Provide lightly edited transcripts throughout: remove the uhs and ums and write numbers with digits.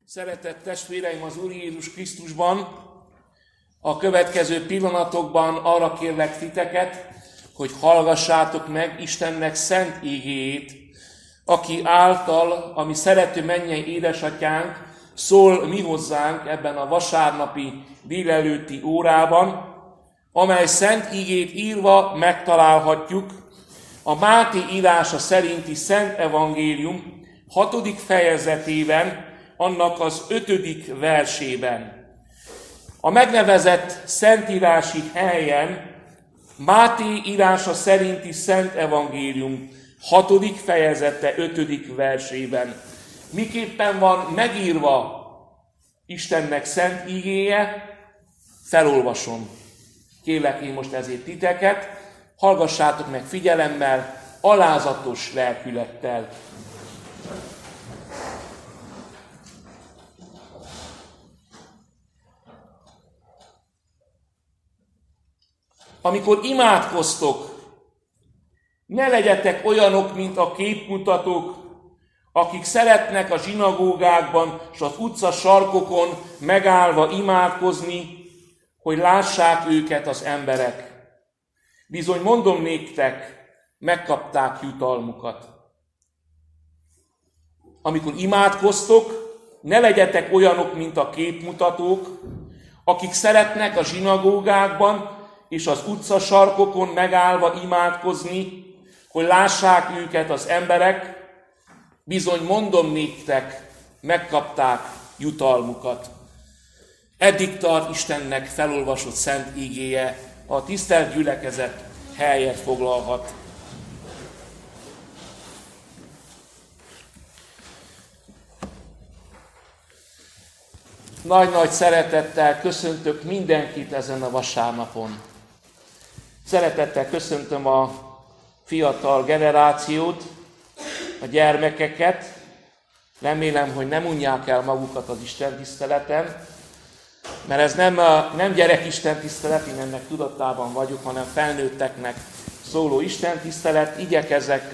Szeretett testvéreim az Úr Jézus Krisztusban, a következő pillanatokban arra kérlek titeket, hogy hallgassátok meg Istennek szent ígéjét, aki által, ami szerető mennyei édesatyánk szól mi hozzánk ebben a vasárnapi délelőtti órában, amely szent ígét írva megtalálhatjuk a Máté írása szerinti Szent Evangélium 6. fejezetében, annak az 5. versében. A megnevezett szentírási helyen Máté írása szerinti Szent Evangélium 6. fejezete 5. versében miképpen van megírva Istennek szent ígéje, felolvasom. Kérlek én most ezért titeket, hallgassátok meg figyelemmel, alázatos lelkülettel. Amikor imádkoztok, ne legyetek olyanok, mint a képmutatók, akik szeretnek a zsinagógákban és az utca sarkokon megállva imádkozni, hogy lássák őket az emberek. Bizony mondom néktek, megkapták jutalmukat. Amikor imádkoztok, ne legyetek olyanok, mint a képmutatók, akik szeretnek a zsinagógákban és az utcasarkokon megállva imádkozni, hogy lássák őket az emberek. Bizony mondom néktek, megkapták jutalmukat. Eddig tart Istennek felolvasott szent ígéje, a tisztelt gyülekezet helyet foglalhat. Nagy-nagy szeretettel köszöntök mindenkit ezen a vasárnapon. Szeretettel köszöntöm a fiatal generációt, a gyermekeket. Remélem, hogy nem unják el magukat az istentiszteleten, mert ez nem gyerek istentisztelet, én ennek tudatában vagyok, hanem felnőtteknek szóló istentisztelet. Igyekezek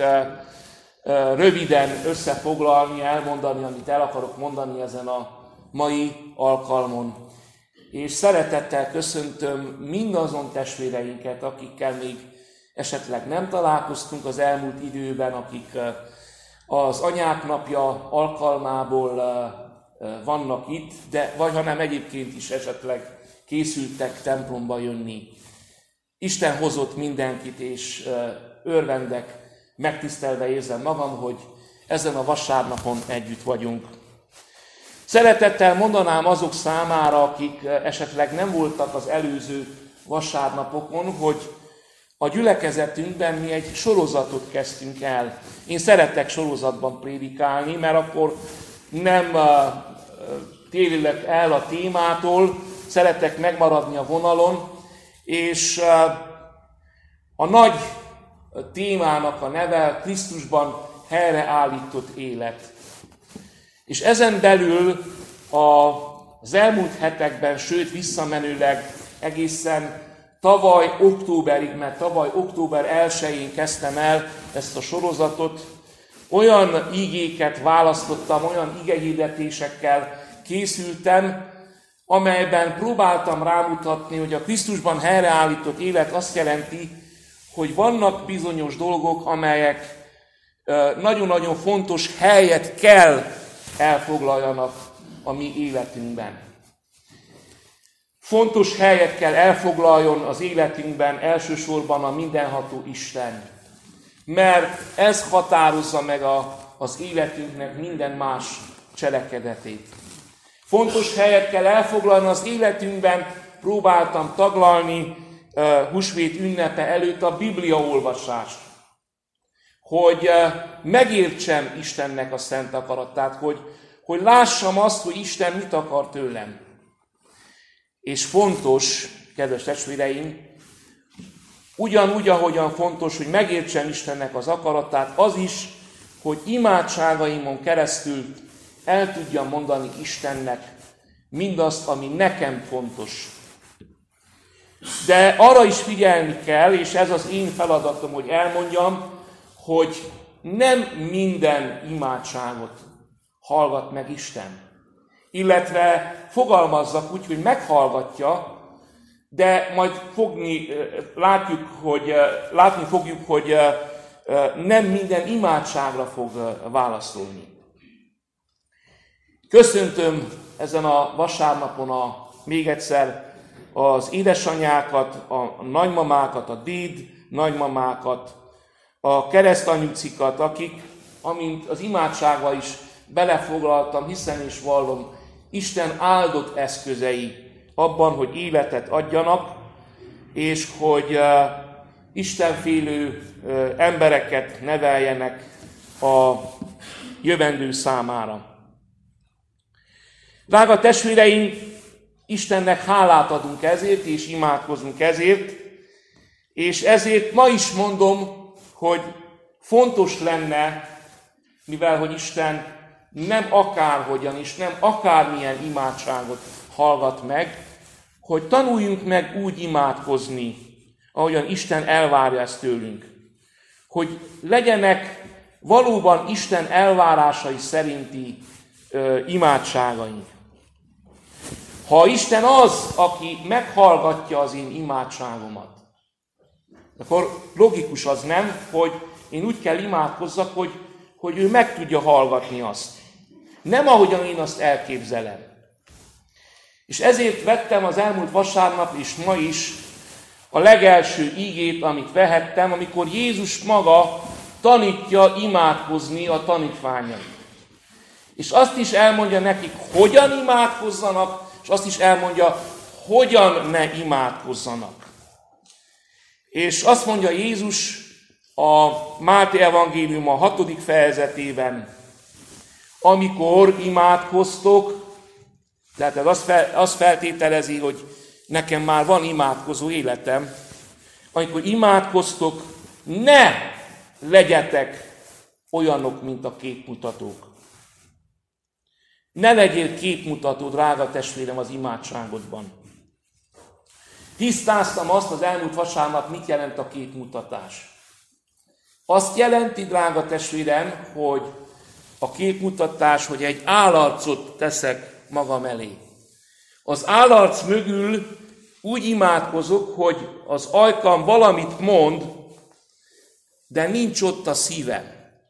röviden összefoglalni, elmondani, amit el akarok mondani ezen a mai alkalmon. És szeretettel köszöntöm mindazon testvéreinket, akikkel még esetleg nem találkoztunk az elmúlt időben, akik az Anyák Napja alkalmából vannak itt, de vagy hanem egyébként is esetleg készültek templomba jönni. Isten hozott mindenkit, és örvendek, megtisztelve érzem magam, hogy ezen a vasárnapon együtt vagyunk. Szeretettel mondanám azok számára, akik esetleg nem voltak az előző vasárnapokon, hogy a gyülekezetünkben mi egy sorozatot kezdtünk el. Én szeretek sorozatban prédikálni, mert akkor nem térülök el a témától, szeretek megmaradni a vonalon, és a nagy témának a neve Krisztusban helyreállított élet. És ezen belül az elmúlt hetekben, sőt visszamenőleg egészen tavaly októberig, mert tavaly október 1-én kezdtem el ezt a sorozatot, olyan igéket választottam, olyan igehirdetésekkel készültem, amelyben próbáltam rámutatni, hogy a Krisztusban helyreállított élet azt jelenti, hogy vannak bizonyos dolgok, amelyek nagyon-nagyon fontos helyet kell elfoglaljanak a mi életünkben. Fontos helyet kell elfoglaljon az életünkben elsősorban a mindenható Isten, mert ez határozza meg az életünknek minden más cselekedetét. Fontos helyet kell elfoglalni az életünkben, próbáltam taglalni húsvét ünnepe előtt a bibliaolvasást, hogy megértsem Istennek a szent akaratát, hogy lássam azt, hogy Isten mit akar tőlem. És fontos, kedves testvéreim, ugyanúgy, ahogyan fontos, hogy megértsem Istennek az akaratát, az is, hogy imádságaimon keresztül el tudjam mondani Istennek mindazt, ami nekem fontos. De arra is figyelni kell, és ez az én feladatom, hogy elmondjam, hogy nem minden imádságot hallgat meg Isten. illetve fogalmazzak úgy, hogy meghallgatja, de majd látni fogjuk, hogy nem minden imádságra fog válaszolni. Köszöntöm ezen a vasárnapon még egyszer az édesanyákat, a nagymamákat, a déd nagymamákat, a keresztanyucikat, akik, amint az imádságba is belefoglaltam, hiszen és vallom, Isten áldott eszközei abban, hogy életet adjanak, és hogy istenfélő embereket neveljenek a jövendő számára. Drága testvéreim, Istennek hálát adunk ezért, és imádkozunk ezért, és ezért ma is mondom, hogy fontos lenne, mivel hogy Isten nem akárhogyan és nem akármilyen imádságot hallgat meg, hogy tanuljunk meg úgy imádkozni, ahogyan Isten elvárja ezt tőlünk. Hogy legyenek valóban Isten elvárásai szerinti imádságaink. Ha Isten az, aki meghallgatja az én imádságomat, akkor logikus az nem, hogy én úgy kell imádkozzak, hogy ő meg tudja hallgatni azt. Nem ahogyan én azt elképzelem. És ezért vettem az elmúlt vasárnap és ma is a legelső ígét, amit vehettem, amikor Jézus maga tanítja imádkozni a tanítványait. És azt is elmondja nekik, hogyan imádkozzanak, és azt is elmondja, hogyan ne imádkozzanak. És azt mondja Jézus a Máté evangélium a 6. fejezetében, amikor imádkoztok, tehát ez azt feltételezi, hogy nekem már van imádkozó életem, amikor imádkoztok, ne legyetek olyanok, mint a képmutatók. Ne legyél képmutató, drága testvérem, az imádságodban. Tisztáztam azt az elmúlt vasárnap, mit jelent a képmutatás. Azt jelenti, drága testvérem, hogy a képmutatás, hogy egy állarcot teszek magam elé. Az állarc mögül úgy imádkozok, hogy az ajkam valamit mond, de nincs ott a szívem.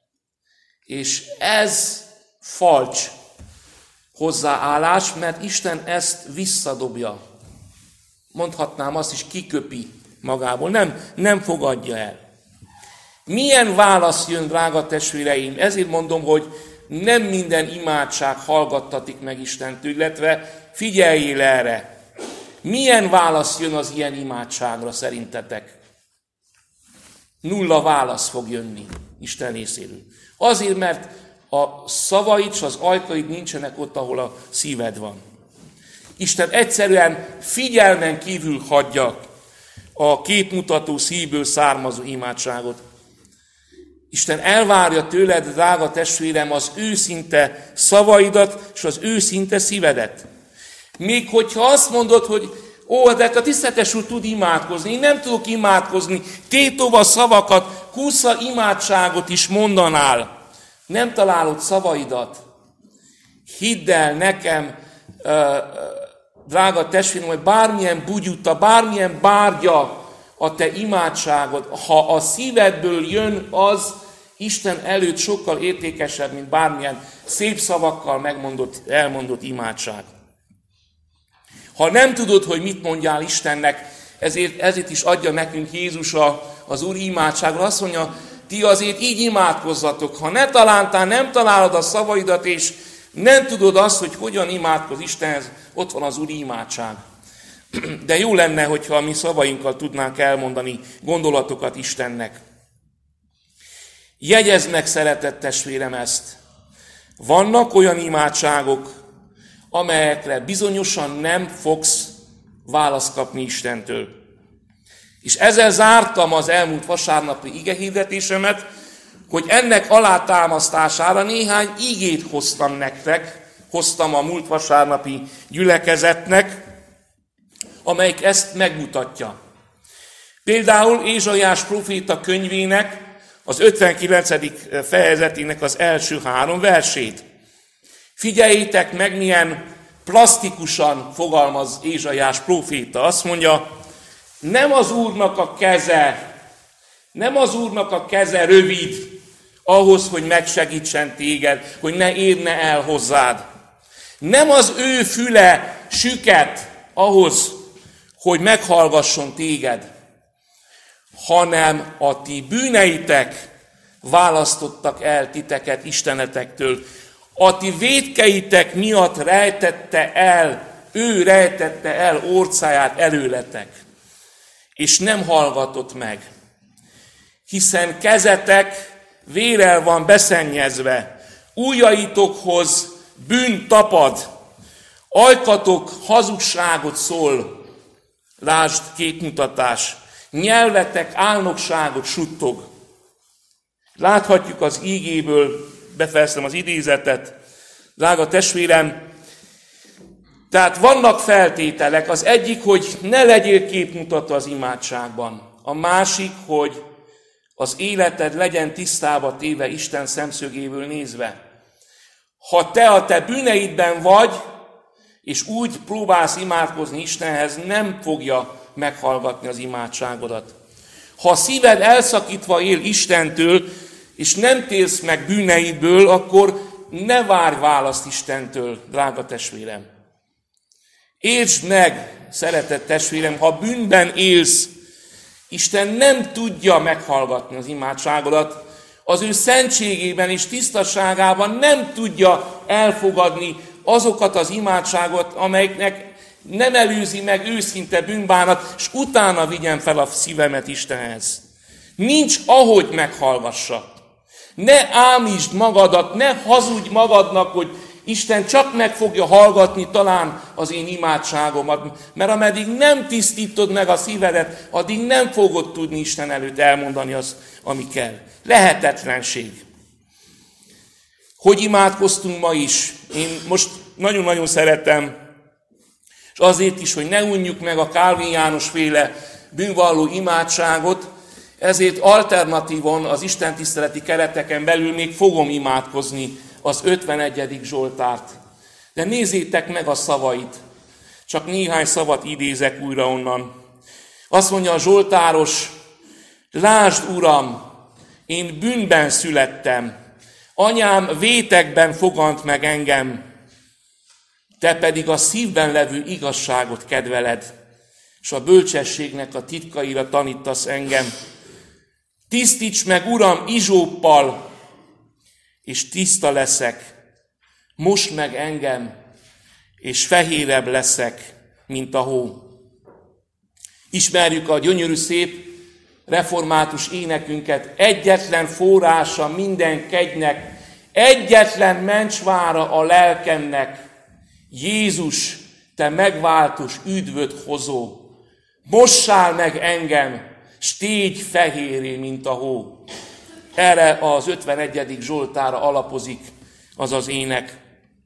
És ez falcs hozzáállás, mert Isten ezt visszadobja. Mondhatnám azt is, kiköpi magából, nem fogadja el. Milyen válasz jön, drága testvéreim? Ezért mondom, hogy nem minden imádság hallgattatik meg Istentől, illetve figyeljél erre. Milyen válasz jön az ilyen imádságra szerintetek? Nulla válasz fog jönni Isten részéről. Azért, mert a szavaid és az ajkaid nincsenek ott, ahol a szíved van. Isten egyszerűen figyelmen kívül hagyja a képmutató szívből származó imádságot. Isten elvárja tőled, drága testvérem, az őszinte szavaidat és az őszinte szívedet. Még hogyha azt mondod, hogy de a tiszteletes úr tud imádkozni, én nem tudok imádkozni, tétova szavakat, kusza imádságot is mondanál. Nem találod szavaidat. Hidd el nekem, drága testvérem, hogy bármilyen bugyuta, bármilyen bárgya a te imádságod, ha a szívedből jön, az Isten előtt sokkal értékesebb, mint bármilyen szép szavakkal elmondott imádság. Ha nem tudod, hogy mit mondjál Istennek, ezért is adja nekünk Jézus az Úr imádságra. Azt mondja, ti azért így imádkozzatok. Ha ne talántál, nem találod a szavaidat, és nem tudod azt, hogy hogyan imádkoz Istenhez, ott van az Úr imádság. De jó lenne, hogyha a mi szavainkkal tudnánk elmondani gondolatokat Istennek. Jegyezd meg, szeretett testvérem, ezt. Vannak olyan imádságok, amelyekre bizonyosan nem fogsz választ kapni Istentől. És ezzel zártam az elmúlt vasárnapi igehirdetésemet, hogy ennek alátámasztására néhány igét hoztam nektek, hoztam a múlt vasárnapi gyülekezetnek, amelyik ezt megmutatja. Például Ézsaiás próféta könyvének az 59. fejezetének az első 3 versét. Figyeljétek meg, milyen plastikusan fogalmaz Ézsaiás próféta. Azt mondja, nem az Úrnak a keze rövid ahhoz, hogy megsegítsen téged, hogy ne érne el hozzád. Nem az ő füle süket ahhoz, hogy meghallgasson téged, hanem a ti bűneitek választottak el titeket istenetektől. A ti vétkeitek miatt ő rejtette el orcáját előletek, és nem hallgatott meg. Hiszen kezetek vérrel van beszennyezve, ujjaitokhoz bűn tapad, ajkatok hazugságot szól, lásd képmutatás, nyelvetek álnokságot suttog. Láthatjuk az ígéből, befejeztem az idézetet, drága testvérem, tehát vannak feltételek, az egyik, hogy ne legyél képmutató az imádságban, a másik, hogy az életed legyen tisztába téve Isten szemszögéből nézve. Ha te a te bűneidben vagy, és úgy próbálsz imádkozni Istenhez, nem fogja meghallgatni az imádságodat. Ha a szíved elszakítva él Istentől, és nem térsz meg bűneidből, akkor ne várj választ Istentől, drága testvérem. Értsd meg, szeretett testvérem, ha bűnben élsz, Isten nem tudja meghallgatni az imádságodat, az ő szentségében és tisztaságában nem tudja elfogadni azokat az imádságot, amelyeknek nem előzi meg őszinte bűnbánat, és utána vigyen fel a szívemet Istenhez. Nincs ahogy meghallgassa. Ne ámítsd magadat, ne hazudj magadnak, hogy Isten csak meg fogja hallgatni talán az én imádságomat, mert ameddig nem tisztítod meg a szívedet, addig nem fogod tudni Isten előtt elmondani azt, ami kell. Lehetetlenség. Hogy imádkoztunk ma is? Én most nagyon-nagyon szeretem, és azért is, hogy ne unjuk meg a Kálvin János féle bűnvalló imádságot, ezért alternatívon az istentiszteleti kereteken belül még fogom imádkozni az 51. Zsoltárt. De nézzétek meg a szavait. Csak néhány szavat idézek újra onnan. Azt mondja a zsoltáros, lásd, Uram, én bűnben születtem, anyám vétekben fogant meg engem, te pedig a szívben levő igazságot kedveled, és a bölcsességnek a titkaira tanítasz engem. Tisztíts meg, Uram, izsóppal, és tiszta leszek. Mosd meg engem, és fehérebb leszek, mint a hó. Ismerjük a gyönyörű szép református énekünket. Egyetlen forrása minden kegynek, egyetlen mencsvára a lelkemnek. Jézus, te megváltós, üdvöt hozó, mossál meg engem, s tégy fehéré, mint a hó. Erre az 51. Zsoltára alapozik az az ének.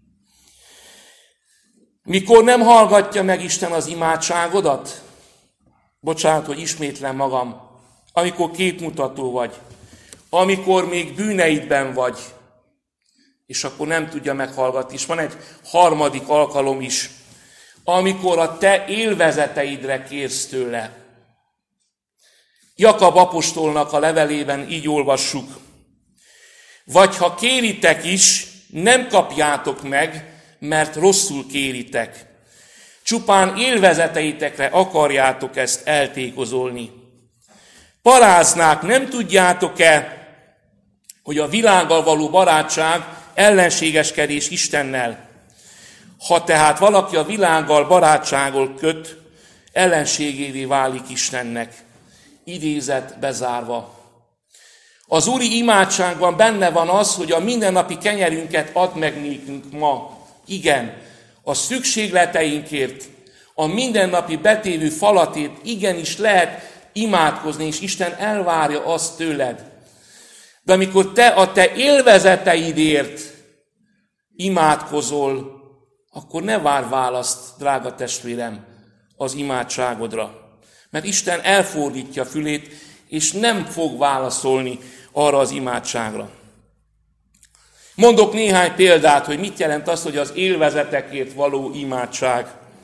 Mikor nem hallgatja meg Isten az imádságodat? Bocsánat, hogy ismétlem magam. Amikor képmutató vagy, amikor még bűneidben vagy, és akkor nem tudja meghallgatni. És van egy harmadik alkalom is, amikor a te élvezeteidre kérsz tőle. Jakab apostolnak a levelében így olvassuk. Vagy ha kéritek is, nem kapjátok meg, mert rosszul kéritek. Csupán élvezeteitekre akarjátok ezt eltékozolni. Paráznák, nem tudjátok-e, hogy a világgal való barátság ellenségeskedés Istennel? Ha tehát valaki a világgal barátságol köt, ellenségévé válik Istennek. Idézet bezárva. Az úri imádságban benne van az, hogy a mindennapi kenyerünket add meg nékünk ma. Igen, a szükségleteinkért, a mindennapi betévő falatért igenis lehet imádkozni, és Isten elvárja azt tőled. De amikor te a te élvezeteidért imádkozol, akkor ne várj választ, drága testvérem, az imádságodra. Mert Isten elfordítja fülét, és nem fog válaszolni arra az imádságra. Mondok néhány példát, hogy mit jelent az, hogy az élvezetekért való imádság.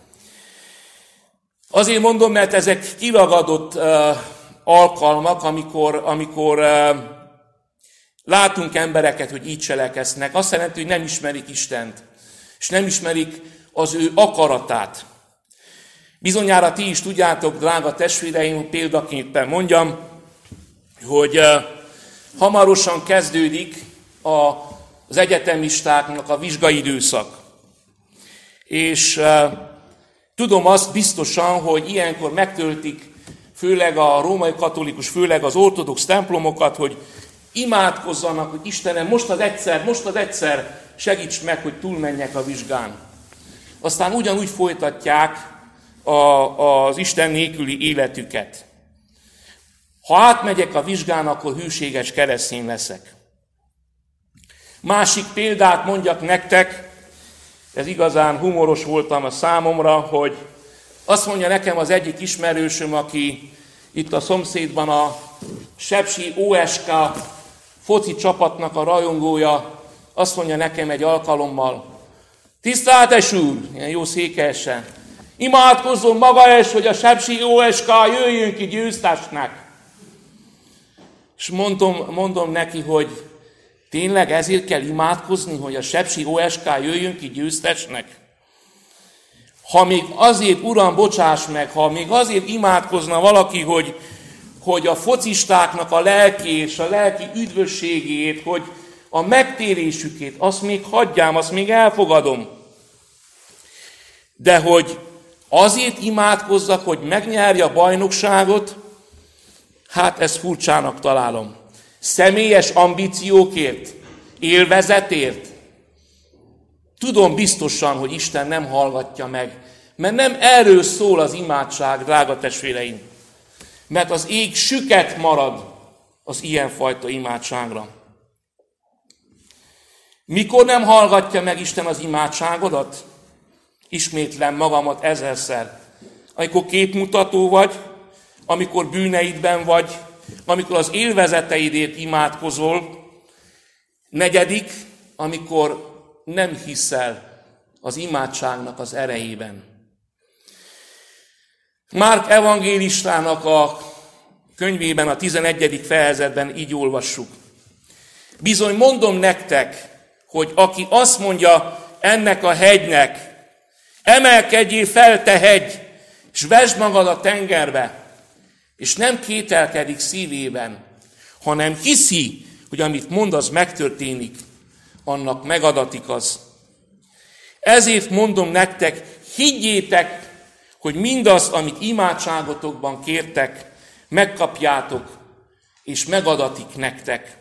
Azért mondom, mert ezek kiragadott alkalmak, amikor látunk embereket, hogy így cselekednek. Azt jelenti, hogy nem ismerik Istent, és nem ismerik az ő akaratát. Bizonyára ti is tudjátok, drága testvéreim, példaképpen mondjam, hogy hamarosan kezdődik az egyetemistáknak a vizsgai időszak. És tudom azt biztosan, hogy ilyenkor megtöltik főleg a római katolikus, főleg az ortodox templomokat, hogy imádkozzanak, hogy Istenem, most az egyszer segíts meg, hogy túlmenjek a vizsgán. Aztán ugyanúgy folytatják az Isten nélküli életüket. Ha átmegyek a vizsgán, akkor hűséges keresztény leszek. Másik példát mondjak nektek, ez igazán humoros voltam a számomra, hogy azt mondja nekem az egyik ismerősöm, aki itt a szomszédban a Sepsi OSK foci csapatnak a rajongója, azt mondja nekem egy alkalommal, tiszteltes úr, ilyen jó székelyesen, imádkozzon maga is, hogy a Sepsi OSK jöjjön ki győztesnek. És mondom neki, hogy tényleg ezért kell imádkozni, hogy a Sepsi OSK jöjjön ki győztesnek? Ha még azért, Uram, bocsáss meg, ha még azért imádkozna valaki, hogy a focistáknak a lelki és a lelki üdvösségét, hogy a megtérésükét, azt még hagyjám, azt még elfogadom. De hogy azért imádkozzak, hogy megnyerje a bajnokságot, hát ezt furcsának találom. Személyes ambíciókért, élvezetért. Tudom biztosan, hogy Isten nem hallgatja meg, mert nem erről szól az imádság, drága testvéreim. Mert az ég süket marad az ilyenfajta imádságra. Mikor nem hallgatja meg Isten az imádságodat? Ismétlem magamat ezerszer. Amikor képmutató vagy, amikor bűneidben vagy, amikor az élvezeteidért imádkozol. Negyedik, amikor nem hiszel az imádságnak az erejében. Márk evangélistának a könyvében, a 11. fejezetben így olvassuk. Bizony mondom nektek, hogy aki azt mondja ennek a hegynek, emelkedjél fel, te hegy, és vesd magad a tengerbe, és nem kételkedik szívében, hanem hiszi, hogy amit mond, az megtörténik, annak megadatik az. Ezért mondom nektek, higgyétek, hogy mindazt, amit imádságotokban kértek, megkapjátok, és megadatik nektek.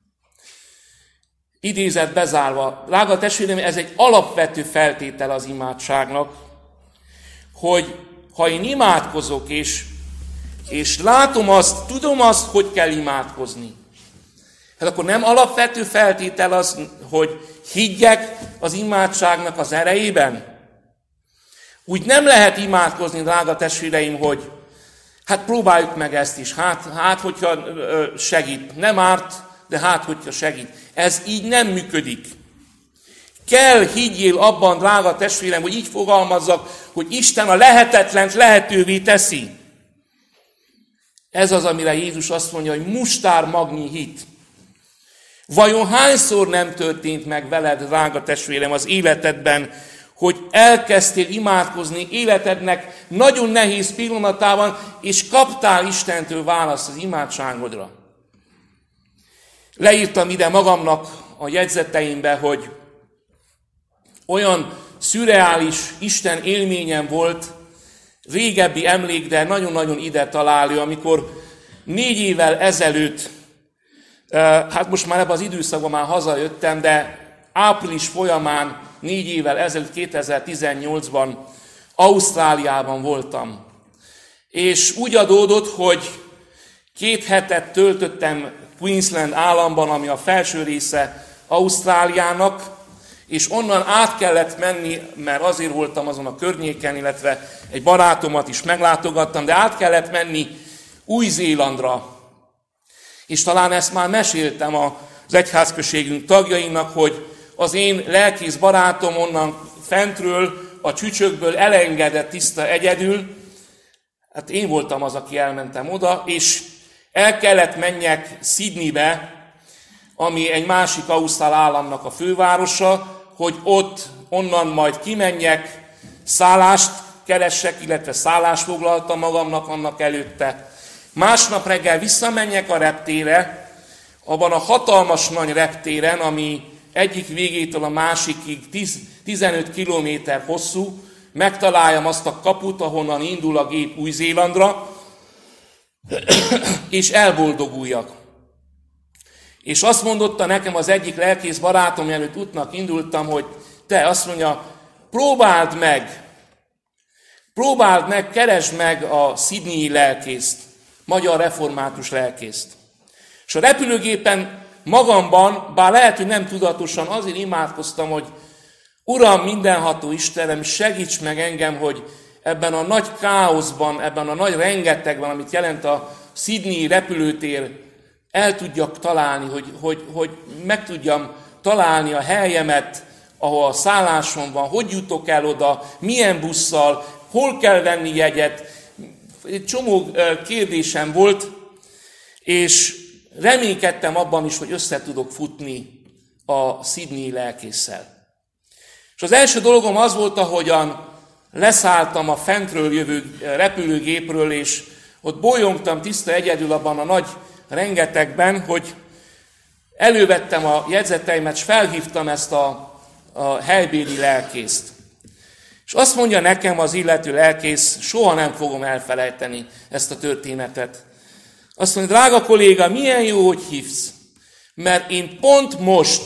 Idézet bezárva. Drága testvéreim, ez egy alapvető feltétel az imádságnak, hogy ha én imádkozok, és látom azt, tudom azt, hogy kell imádkozni, hát akkor nem alapvető feltétel az, hogy higgyek az imádságnak az erejében? Úgy nem lehet imádkozni, drága testvéreim, hogy hát próbáljuk meg ezt is, hát hogyha segít. Nem árt, de hát hogyha segít. Ez így nem működik. Kell higgyél abban, drága testvérem, hogy így fogalmazzak, hogy Isten a lehetetlent lehetővé teszi. Ez az, amire Jézus azt mondja, hogy mustármagnyi hit. Vajon hányszor nem történt meg veled, drága testvérem, az életedben, hogy elkezdtél imádkozni életednek nagyon nehéz pillanatában, és kaptál Istentől választ az imádságodra? Leírtam ide magamnak a jegyzeteimbe, hogy olyan szürreális Isten élményem volt, régebbi emlék, de nagyon-nagyon ide találó, amikor 4 évvel ezelőtt, hát most már ebben az időszakban már hazajöttem, de április folyamán 4 évvel ezelőtt, 2018-ban Ausztráliában voltam. És úgy adódott, hogy 2 hetet töltöttem Queensland államban, ami a felső része Ausztráliának, és onnan át kellett menni, mert azért voltam azon a környéken, illetve egy barátomat is meglátogattam, de át kellett menni Új-Zélandra. És talán ezt már meséltem az az egyházközségünk tagjainak, hogy az én lelkész barátom onnan fentről, a csücsökből elengedett tiszta egyedül. Hát én voltam az, aki elmentem oda, és el kellett menjek Sydneybe, ami egy másik ausztrál államnak a fővárosa, hogy onnan majd kimenjek, szállást keressek, illetve szállást foglaltam magamnak annak előtte. Másnap reggel visszamenjek a reptére, abban a hatalmas nagy reptéren, ami egyik végétől a másikig 15 kilométer hosszú, megtaláljam azt a kaput, ahonnan indul a gép Új-Zélandra, és elboldoguljak. És azt mondotta nekem az egyik lelkész barátom, mielőtt útnak indultam, hogy te, azt mondja, próbáld meg, keresd meg a Sydney-i lelkészt, magyar református lelkészt. És a repülőgépen magamban, bár lehet, hogy nem tudatosan, azért imádkoztam, hogy Uram, mindenható Istenem, segíts meg engem, hogy ebben a nagy káoszban, ebben a nagy rengetegben, amit jelent a Sydney repülőtér, el tudjak találni, hogy meg tudjam találni a helyemet, ahol a szállásom van, hogy jutok el oda, milyen busszal, hol kell venni jegyet. Egy csomó kérdésem volt, és reménykedtem abban is, hogy össze tudok futni a Sydney lelkésszel. És az első dolgom az volt, ahogyan leszálltam a fentről jövő repülőgépről, és ott bolyongtam tiszta egyedül abban a nagy rengetegben, hogy elővettem a jegyzeteimet, és felhívtam ezt a helybéli lelkészt. És azt mondja nekem az illető lelkész, soha nem fogom elfelejteni ezt a történetet. Azt mondja, drága kolléga, milyen jó, hogy hívsz, mert én pont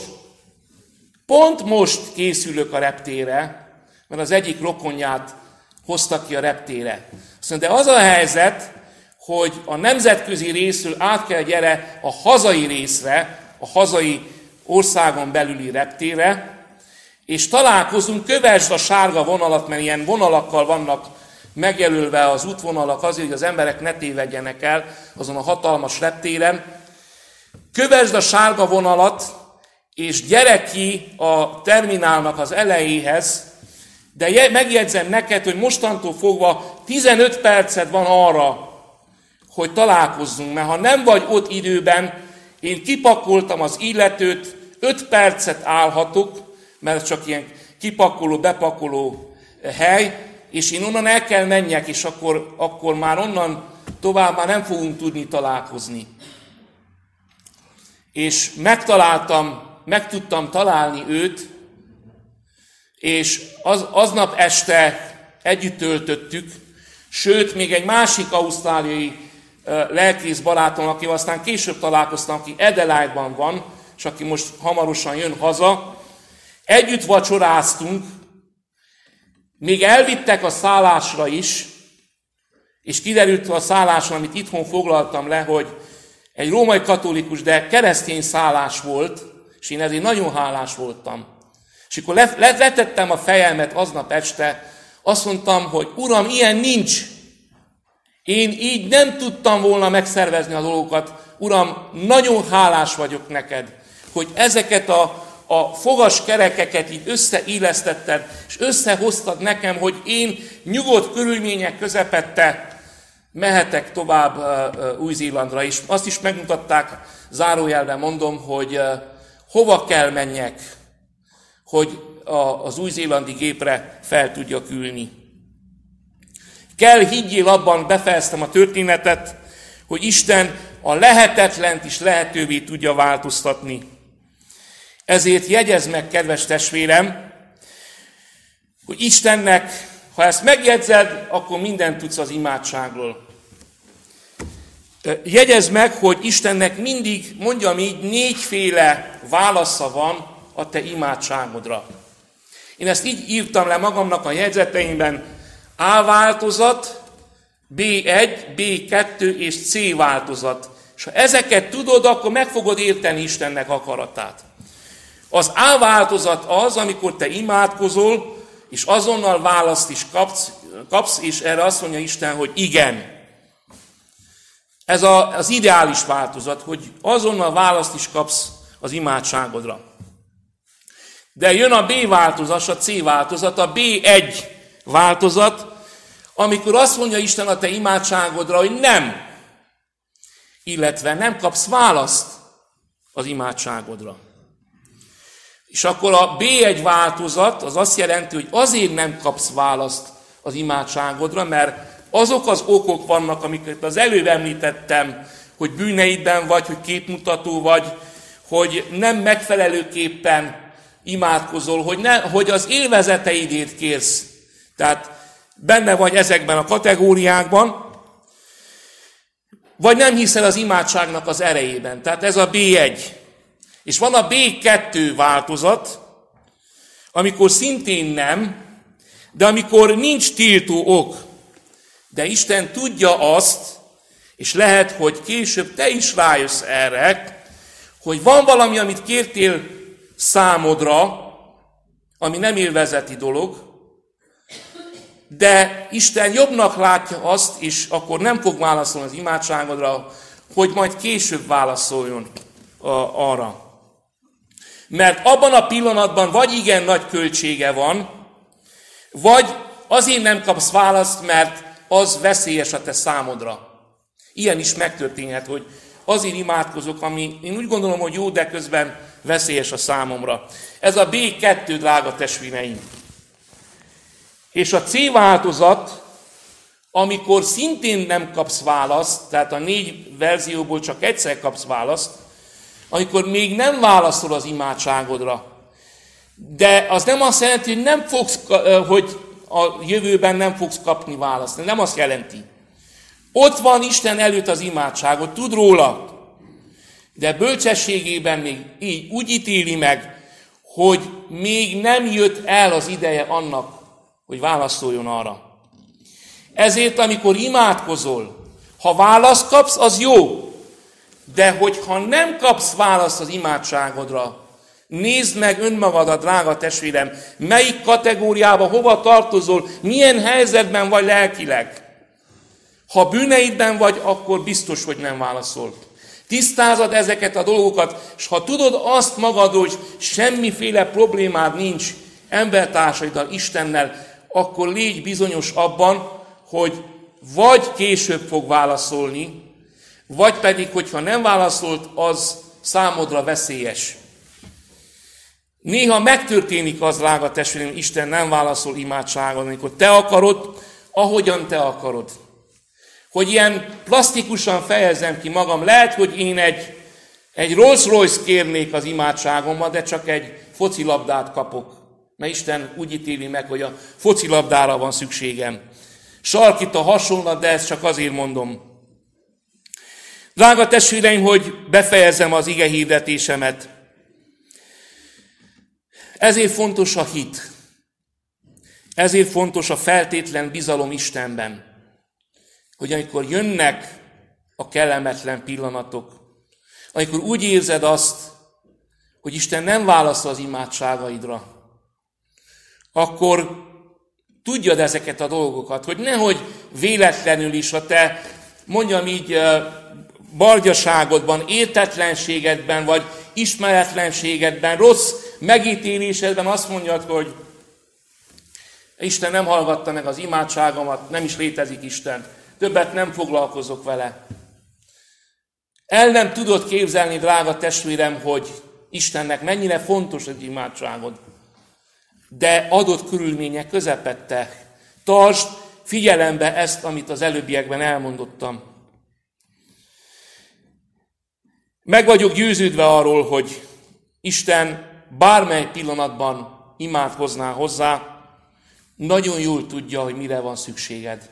most készülök a reptére, mert az egyik rokonját hozta ki a reptére. Azt mondja, de az a helyzet, hogy a nemzetközi részről át kell gyere a hazai részre, a hazai országon belüli reptére, és találkozunk, kövesd a sárga vonalat, mert ilyen vonalakkal vannak megjelölve az útvonalak azért, hogy az emberek ne tévedjenek el azon a hatalmas reptéren. Kövesd a sárga vonalat, és gyere ki a terminálnak az elejéhez, de megjegyzem neked, hogy mostantól fogva 15 perced van arra, hogy találkozzunk, mert ha nem vagy ott időben, én kipakoltam az illetőt, 5 percet állhatok, mert csak ilyen kipakoló, bepakoló hely, és én onnan el kell menjek, és akkor már onnan tovább már nem fogunk tudni találkozni. És meg tudtam találni őt, és aznap este együtt töltöttük, sőt, még egy másik ausztráliai lelkész barátom, akivel aztán később találkoztam, aki Adelaide-ban van, és aki most hamarosan jön haza, együtt vacsoráztunk, még elvittek a szállásra is, és kiderült a szálláson, amit itthon foglaltam le, hogy egy római katolikus, de keresztény szállás volt, és én ezért nagyon hálás voltam. És akkor letettem a fejemet aznap este, azt mondtam, hogy Uram, ilyen nincs. Én így nem tudtam volna megszervezni a dolgokat. Uram, nagyon hálás vagyok neked, hogy ezeket a fogaskerekeket így összeillesztetted, és összehoztad nekem, hogy én nyugodt körülmények közepette mehetek tovább Új-Zélandra is. Azt is megmutatták, zárójelben mondom, hogy hova kell menjek, hogy az új-zélandi gépre fel tudjak ülni. Kell higgyél abban, befejeztem a történetet, hogy Isten a lehetetlent is lehetővé tudja változtatni. Ezért jegyezd meg, kedves testvérem, hogy Istennek, ha ezt megjegyzed, akkor mindent tudsz az imádságról. Jegyezd meg, hogy Istennek mindig, mondjam így, 4 válasza van a te imádságodra. Én ezt így írtam le magamnak a jegyzeteimben: A változat, B1, B2 és C változat. És ha ezeket tudod, akkor meg fogod érteni Istennek akaratát. Az A változat az, amikor te imádkozol, és azonnal választ is kapsz, és erre azt mondja Isten, hogy igen. Ez az ideális változat, hogy azonnal választ is kapsz az imádságodra. De jön a B változat, a C változat, a B1 változat, amikor azt mondja Isten a te imádságodra, hogy nem, illetve nem kapsz választ az imádságodra. És akkor a B1 változat az azt jelenti, hogy azért nem kapsz választ az imádságodra, mert azok az okok vannak, amiket az előbb említettem, hogy bűneidben vagy, hogy képmutató vagy, hogy nem megfelelőképpen imádkozol, hogy az élvezeteidét kérsz. Tehát benne vagy ezekben a kategóriákban, vagy nem hiszel az imádságnak az erejében. Tehát ez a B1. És van a B2 változat, amikor szintén nem, de amikor nincs tiltó ok. De Isten tudja azt, és lehet, hogy később te is rájössz erre, hogy van valami, amit kértél számodra, ami nem élvezeti dolog, de Isten jobbnak látja azt, és akkor nem fog válaszolni az imádságodra, hogy majd később válaszoljon arra. Mert abban a pillanatban vagy igen nagy költsége van, vagy azért nem kapsz választ, mert az veszélyes a te számodra. Ilyen is megtörténhet, hogy azért imádkozok, ami én úgy gondolom, hogy jó, de közben veszélyes a számomra. Ez a B2, drága testvéreim. És a C változat, amikor szintén nem kapsz választ, tehát a 4 verzióból csak egyszer kapsz választ, amikor még nem válaszol az imádságodra. De az nem azt jelenti, hogy nem fogsz, hogy a jövőben nem fogsz kapni választ. Nem azt jelenti. Ott van Isten előtt az imádságot, tud róla. De bölcsességében még így úgy ítéli meg, hogy még nem jött el az ideje annak, hogy válaszoljon arra. Ezért, amikor imádkozol, ha választ kapsz, az jó. De hogyha nem kapsz választ az imádságodra, nézd meg önmagadat, drága testvérem, melyik kategóriába, hova tartozol, milyen helyzetben vagy lelkileg. Ha bűneidben vagy, akkor biztos, hogy nem válaszol. Tisztázad ezeket a dolgokat, és ha tudod azt magadról, hogy semmiféle problémád nincs embertársaiddal, Istennel, akkor légy bizonyos abban, hogy vagy később fog válaszolni, vagy pedig, hogyha nem válaszolt, az számodra veszélyes. Néha megtörténik az, drága testvérem, Isten nem válaszol imádságon, amikor te akarod, ahogyan te akarod. Hogy ilyen plastikusan fejezzem ki magam, lehet, hogy én egy Rolls-Royce kérnék az imádságomban, de csak egy focilabdát kapok. Mert Isten úgy ítéli meg, hogy a focilabdára van szükségem. Sarkít a hasonlat, de ezt csak azért mondom. Drága testvéreim, hogy befejezem az ige hirdetésemet. Ezért fontos a hit. Ezért fontos a feltétlen bizalom Istenben. Hogy amikor jönnek a kellemetlen pillanatok, amikor úgy érzed azt, hogy Isten nem válaszol az imádságaidra, akkor tudjad ezeket a dolgokat, hogy nehogy véletlenül is a te, mondjam így, bargyaságodban, értetlenségedben, vagy ismeretlenségedben, rossz megítélésedben azt mondjad, hogy Isten nem hallgatta meg az imádságomat, nem is létezik Isten, többet nem foglalkozok vele. El nem tudod képzelni, drága testvérem, hogy Istennek mennyire fontos az imádságod. De adott körülmények közepette tartsd figyelembe ezt, amit az előbbiekben elmondottam. Meg vagyok győződve arról, hogy Isten bármely pillanatban imádkoznál hozzá, nagyon jól tudja, hogy mire van szükséged.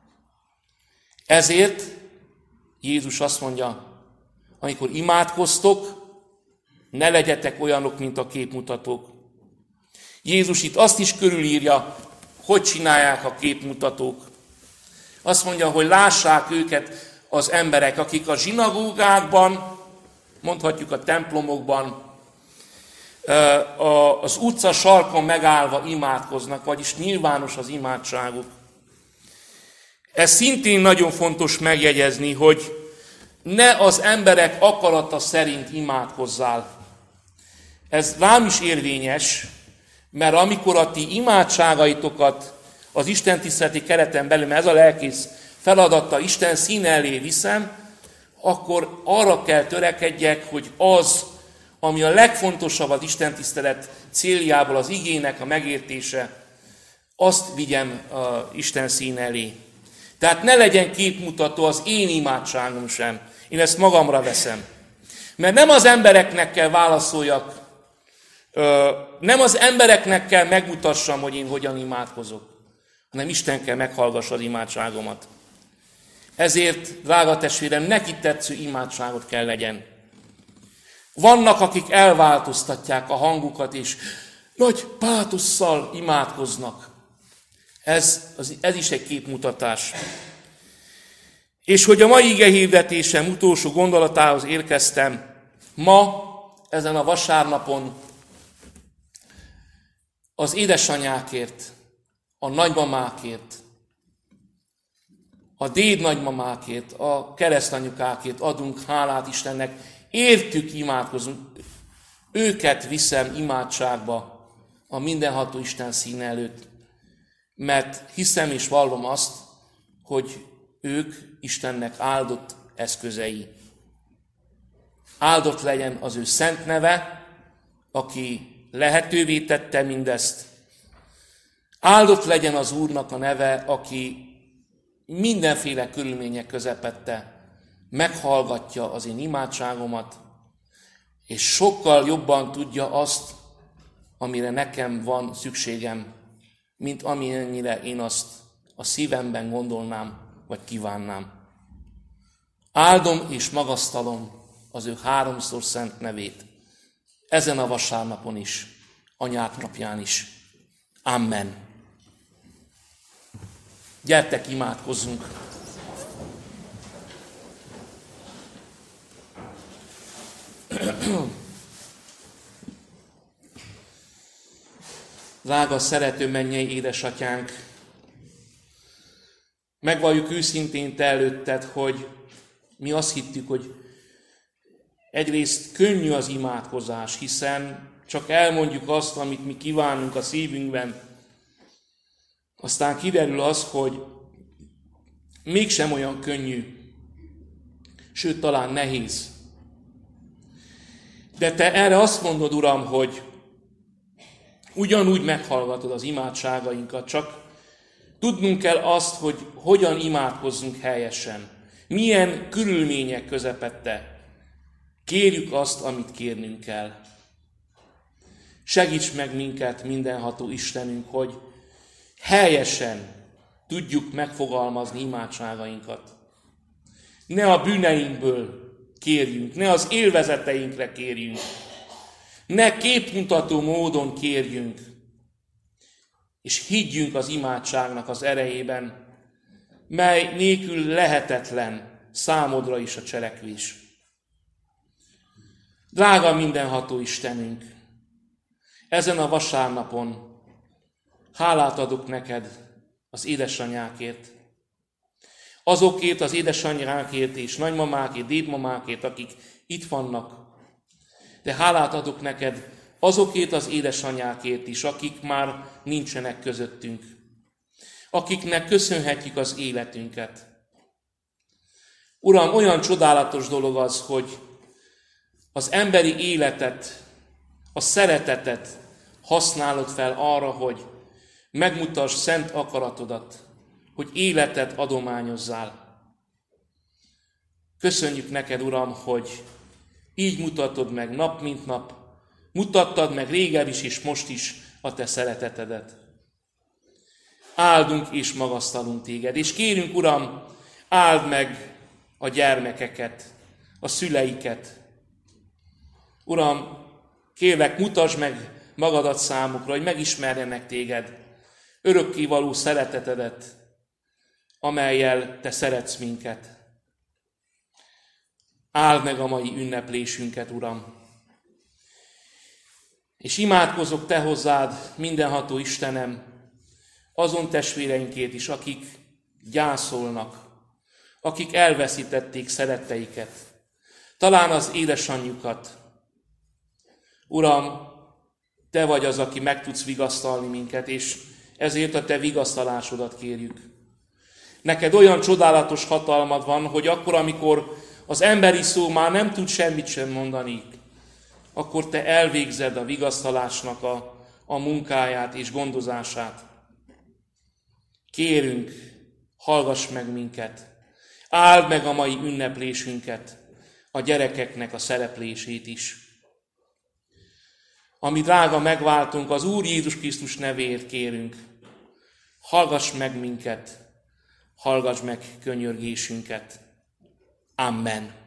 Ezért Jézus azt mondja, amikor imádkoztok, ne legyetek olyanok, mint a képmutatók. Jézus itt azt is körülírja, hogy csinálják a képmutatók. Azt mondja, hogy lássák őket az emberek, akik a zsinagógákban, mondhatjuk a templomokban, az utca sarkon megállva imádkoznak, vagyis nyilvános az imádságuk. Ez szintén nagyon fontos megjegyezni, hogy ne az emberek akarata szerint imádkozzál. Ez rám is érvényes, mert amikor a ti imádságaitokat az istentiszteleti kereten belül, mert ez a lelkész feladata, Isten színe elé viszem, akkor arra kell törekedjek, hogy az, ami a legfontosabb az istentisztelet céljából, az igének a megértése, azt vigyem az Isten színe elé. Tehát ne legyen képmutató az én imádságom sem. Én ezt magamra veszem. Mert nem az embereknek kell válaszoljak, nem az embereknek kell megmutassam, hogy én hogyan imádkozok, hanem Isten kell meghallgassa az imádságomat. Ezért, drága testvérem, neki tetsző imádságot kell legyen. Vannak, akik elváltoztatják a hangukat, és nagy pátosszal imádkoznak. Ez is egy képmutatás. És hogy a mai igehirdetésem utolsó gondolatához érkeztem, ma, ezen a vasárnapon az édesanyákért, a nagymamákért, a dédnagymamákért, a keresztanyukákért adunk hálát Istennek, értük imádkozunk, őket viszem imádságba a mindenható Isten színe előtt, mert hiszem és vallom azt, hogy ők Istennek áldott eszközei. Áldott legyen az ő szent neve, aki lehetővé tette mindezt. Áldott legyen az Úrnak a neve, aki mindenféle körülmények közepette meghallgatja az én imádságomat, és sokkal jobban tudja azt, amire nekem van szükségem, mint amennyire én azt a szívemben gondolnám, vagy kívánnám. Áldom és magasztalom az ő háromszor szent nevét, ezen a vasárnapon is, anyák napján is. Amen. Gyertek, imádkozzunk! Drága, szerető mennyei édesatyánk, megvalljuk őszintén te előtted, hogy mi azt hittük, hogy egyrészt könnyű az imádkozás, hiszen csak elmondjuk azt, amit mi kívánunk a szívünkben. Aztán kiderül az, hogy mégsem olyan könnyű, sőt, talán nehéz. De te erre azt mondod, Uram, hogy ugyanúgy meghallgatod az imádságainkat, csak tudnunk kell azt, hogy hogyan imádkozzunk helyesen. Milyen körülmények közepette kérjük azt, amit kérnünk kell. Segíts meg minket, mindenható Istenünk, hogy helyesen tudjuk megfogalmazni imádságainkat. Ne a bűneinkből kérjünk, ne az élvezeteinkre kérjünk, ne képmutató módon kérjünk, és higgyünk az imádságnak az erejében, mely nélkül lehetetlen számodra is a cselekvés. Drága mindenható Istenünk, ezen a vasárnapon hálát adok neked az édesanyákért, azokért az édesanyákért és nagymamákért, dédmamákért, akik itt vannak. De hálát adok neked azokért az édesanyákért is, akik már nincsenek közöttünk, akiknek köszönhetjük az életünket. Uram, olyan csodálatos dolog az, hogy az emberi életet, a szeretetet használod fel arra, hogy megmutass szent akaratodat, hogy életet adományozzál. Köszönjük neked, Uram, hogy így mutatod meg nap mint nap, mutattad meg régen is és most is a te szeretetedet. Áldunk és magasztalunk téged, és kérünk, Uram, áld meg a gyermekeket, a szüleiket. Uram, kérlek, mutasd meg magadat számukra, hogy megismerjenek téged, örökkévaló szeretetedet, amellyel te szeretsz minket. Áld meg a mai ünneplésünket, Uram. És imádkozok te hozzád, mindenható Istenem, azon testvéreinkért is, akik gyászolnak, akik elveszítették szeretteiket, talán az édesanyjukat, Uram, Te vagy az, aki meg tudsz vigasztalni minket, és ezért a Te vigasztalásodat kérjük. Neked olyan csodálatos hatalmad van, hogy akkor, amikor az emberi szó már nem tud semmit sem mondani, akkor Te elvégzed a vigasztalásnak a munkáját és gondozását. Kérünk, hallgass meg minket, áld meg a mai ünneplésünket, a gyerekeknek a szereplését is. Ami drága megváltunk, az Úr Jézus Krisztus nevéért kérünk, hallgass meg minket, hallgass meg könyörgésünket. Amen.